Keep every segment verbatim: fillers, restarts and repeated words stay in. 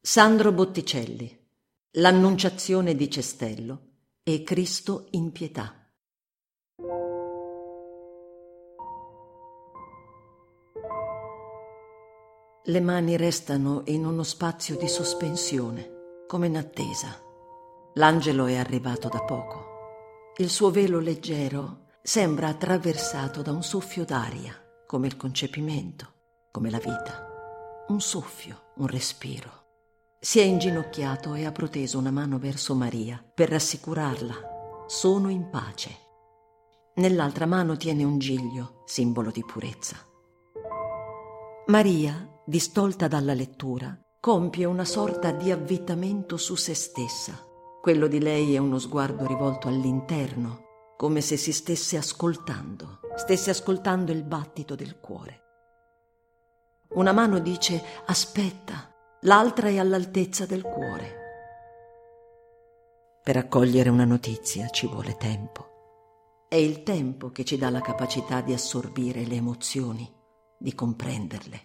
Sandro Botticelli, L'Annunciazione di Cestello e Cristo in pietà. Le mani restano in uno spazio di sospensione, come in attesa. L'angelo è arrivato da poco. Il suo velo leggero sembra attraversato da un soffio d'aria, come il concepimento, come la vita. Un soffio, un respiro. Si è inginocchiato e ha proteso una mano verso Maria per rassicurarla. Sono in pace. Nell'altra mano tiene un giglio, simbolo di purezza. Maria, distolta dalla lettura, compie una sorta di avvittamento su se stessa. Quello di lei è uno sguardo rivolto all'interno, come se si stesse ascoltando, stesse ascoltando il battito del cuore. Una mano dice aspetta, l'altra è all'altezza del cuore. Per accogliere una notizia ci vuole tempo. È il tempo che ci dà la capacità di assorbire le emozioni, di comprenderle.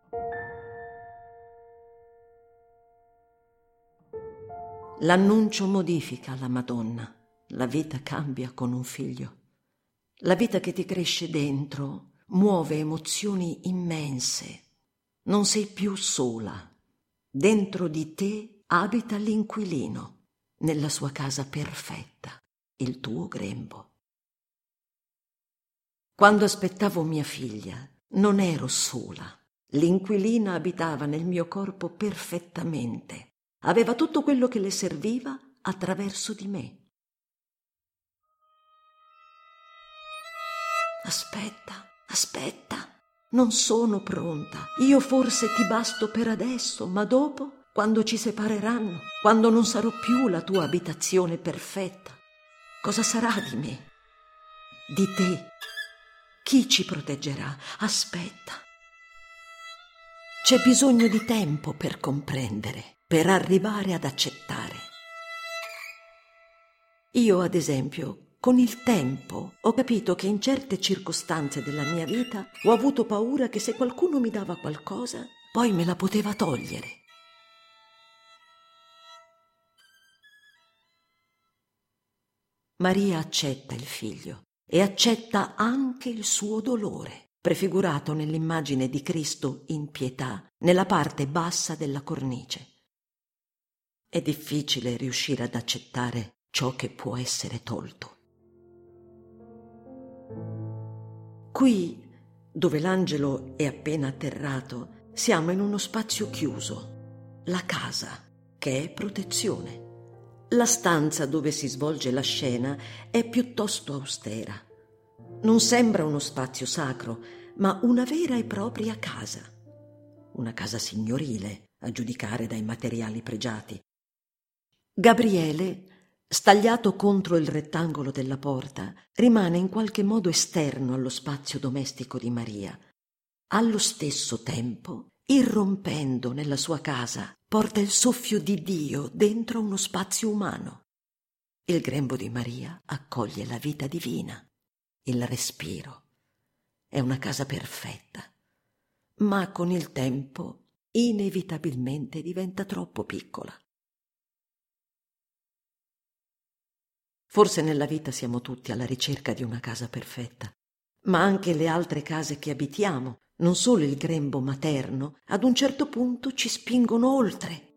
L'annuncio modifica la Madonna. La vita cambia con un figlio. La vita che ti cresce dentro muove emozioni immense. Non sei più sola. Dentro di te abita l'inquilino, nella sua casa perfetta, il tuo grembo. Quando aspettavo mia figlia, non ero sola. L'inquilina abitava nel mio corpo perfettamente. Aveva tutto quello che le serviva attraverso di me. Aspetta, aspetta. Non sono pronta. Io forse ti basto per adesso, ma dopo, quando ci separeranno, quando non sarò più la tua abitazione perfetta, cosa sarà di me? Di te? Chi ci proteggerà? Aspetta. C'è bisogno di tempo per comprendere, per arrivare ad accettare. Io, ad esempio, con il tempo ho capito che in certe circostanze della mia vita ho avuto paura che se qualcuno mi dava qualcosa, poi me la poteva togliere. Maria accetta il figlio e accetta anche il suo dolore, prefigurato nell'immagine di Cristo in pietà, nella parte bassa della cornice. È difficile riuscire ad accettare ciò che può essere tolto. Qui, dove l'angelo è appena atterrato, siamo in uno spazio chiuso, la casa, che è protezione. La stanza dove si svolge la scena è piuttosto austera. Non sembra uno spazio sacro, ma una vera e propria casa. Una casa signorile, a giudicare dai materiali pregiati. Gabriele, stagliato contro il rettangolo della porta, rimane in qualche modo esterno allo spazio domestico di Maria. Allo stesso tempo, irrompendo nella sua casa, porta il soffio di Dio dentro uno spazio umano. Il grembo di Maria accoglie la vita divina, il respiro. È una casa perfetta, ma con il tempo inevitabilmente diventa troppo piccola. Forse nella vita siamo tutti alla ricerca di una casa perfetta, ma anche le altre case che abitiamo, non solo il grembo materno, ad un certo punto ci spingono oltre.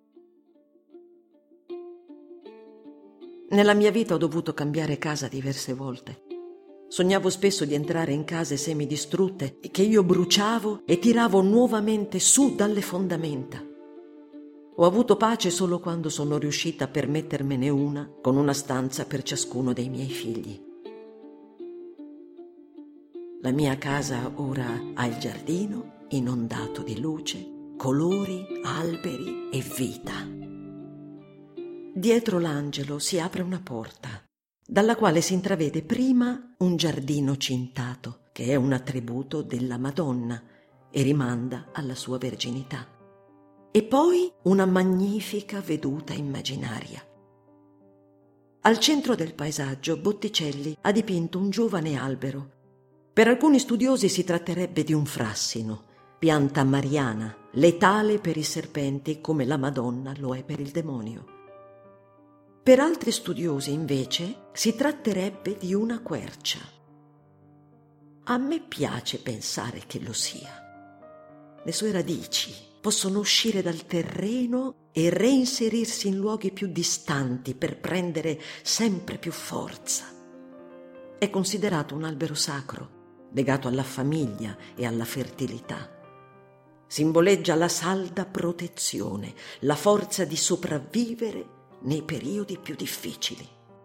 Nella mia vita ho dovuto cambiare casa diverse volte. Sognavo spesso di entrare in case semidistrutte che io bruciavo e tiravo nuovamente su dalle fondamenta. Ho avuto pace solo quando sono riuscita a permettermene una con una stanza per ciascuno dei miei figli. La mia casa ora ha il giardino inondato di luce, colori, alberi e vita. Dietro l'angelo si apre una porta, dalla quale si intravede prima un giardino cintato, che è un attributo della Madonna e rimanda alla sua verginità. E poi una magnifica veduta immaginaria. Al centro del paesaggio Botticelli ha dipinto un giovane albero. Per alcuni studiosi si tratterebbe di un frassino, pianta mariana, letale per i serpenti come la Madonna lo è per il demonio. Per altri studiosi, invece, si tratterebbe di una quercia. A me piace pensare che lo sia. Le sue radici possono uscire dal terreno e reinserirsi in luoghi più distanti per prendere sempre più forza. È considerato un albero sacro, legato alla famiglia e alla fertilità. Simboleggia la salda protezione, la forza di sopravvivere nei periodi più difficili.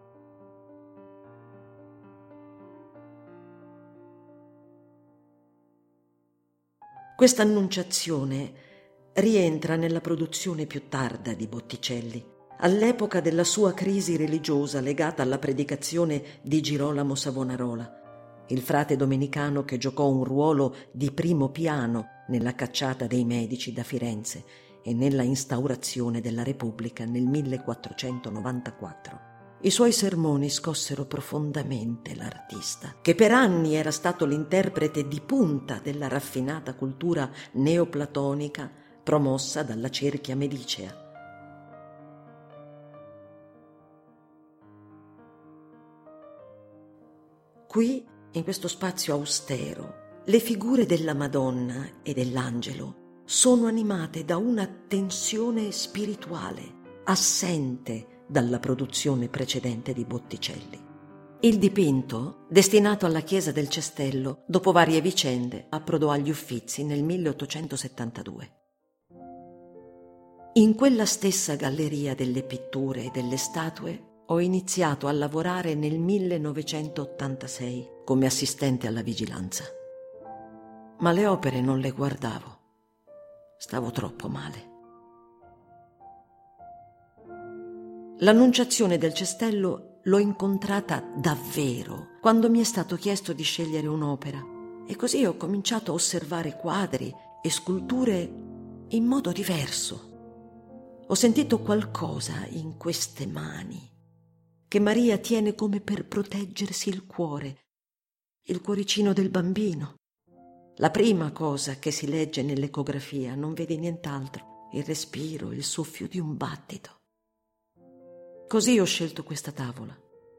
Questa annunciazione rientra nella produzione più tarda di Botticelli, all'epoca della sua crisi religiosa legata alla predicazione di Girolamo Savonarola, il frate domenicano che giocò un ruolo di primo piano nella cacciata dei Medici da Firenze e nella instaurazione della Repubblica nel millequattrocentonovantaquattro. I suoi sermoni scossero profondamente l'artista, che per anni era stato l'interprete di punta della raffinata cultura neoplatonica promossa dalla cerchia medicea. Qui, in questo spazio austero, le figure della Madonna e dell'Angelo sono animate da una tensione spirituale, assente dalla produzione precedente di Botticelli. Il dipinto, destinato alla chiesa del Cestello, dopo varie vicende, approdò agli Uffizi nel milleottocentosettantadue. In quella stessa galleria delle pitture e delle statue ho iniziato a lavorare nel millenovecentottantasei come assistente alla vigilanza. Ma le opere non le guardavo. Stavo troppo male. L'Annunciazione del Cestello l'ho incontrata davvero quando mi è stato chiesto di scegliere un'opera, e così ho cominciato a osservare quadri e sculture in modo diverso. Ho sentito qualcosa in queste mani che Maria tiene come per proteggersi il cuore, il cuoricino del bambino. La prima cosa che si legge nell'ecografia, non vedi nient'altro, il respiro, il soffio di un battito. Così ho scelto questa tavola.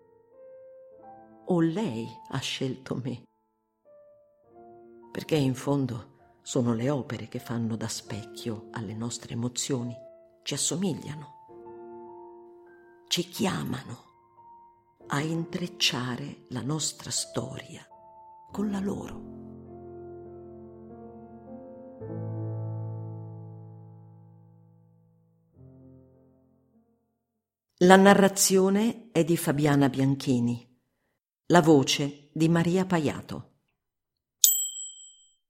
O lei ha scelto me? Perché in fondo sono le opere che fanno da specchio alle nostre emozioni, ci assomigliano, ci chiamano a intrecciare la nostra storia con la loro. La narrazione è di Fabiana Bianchini, la voce di Maria Paiato.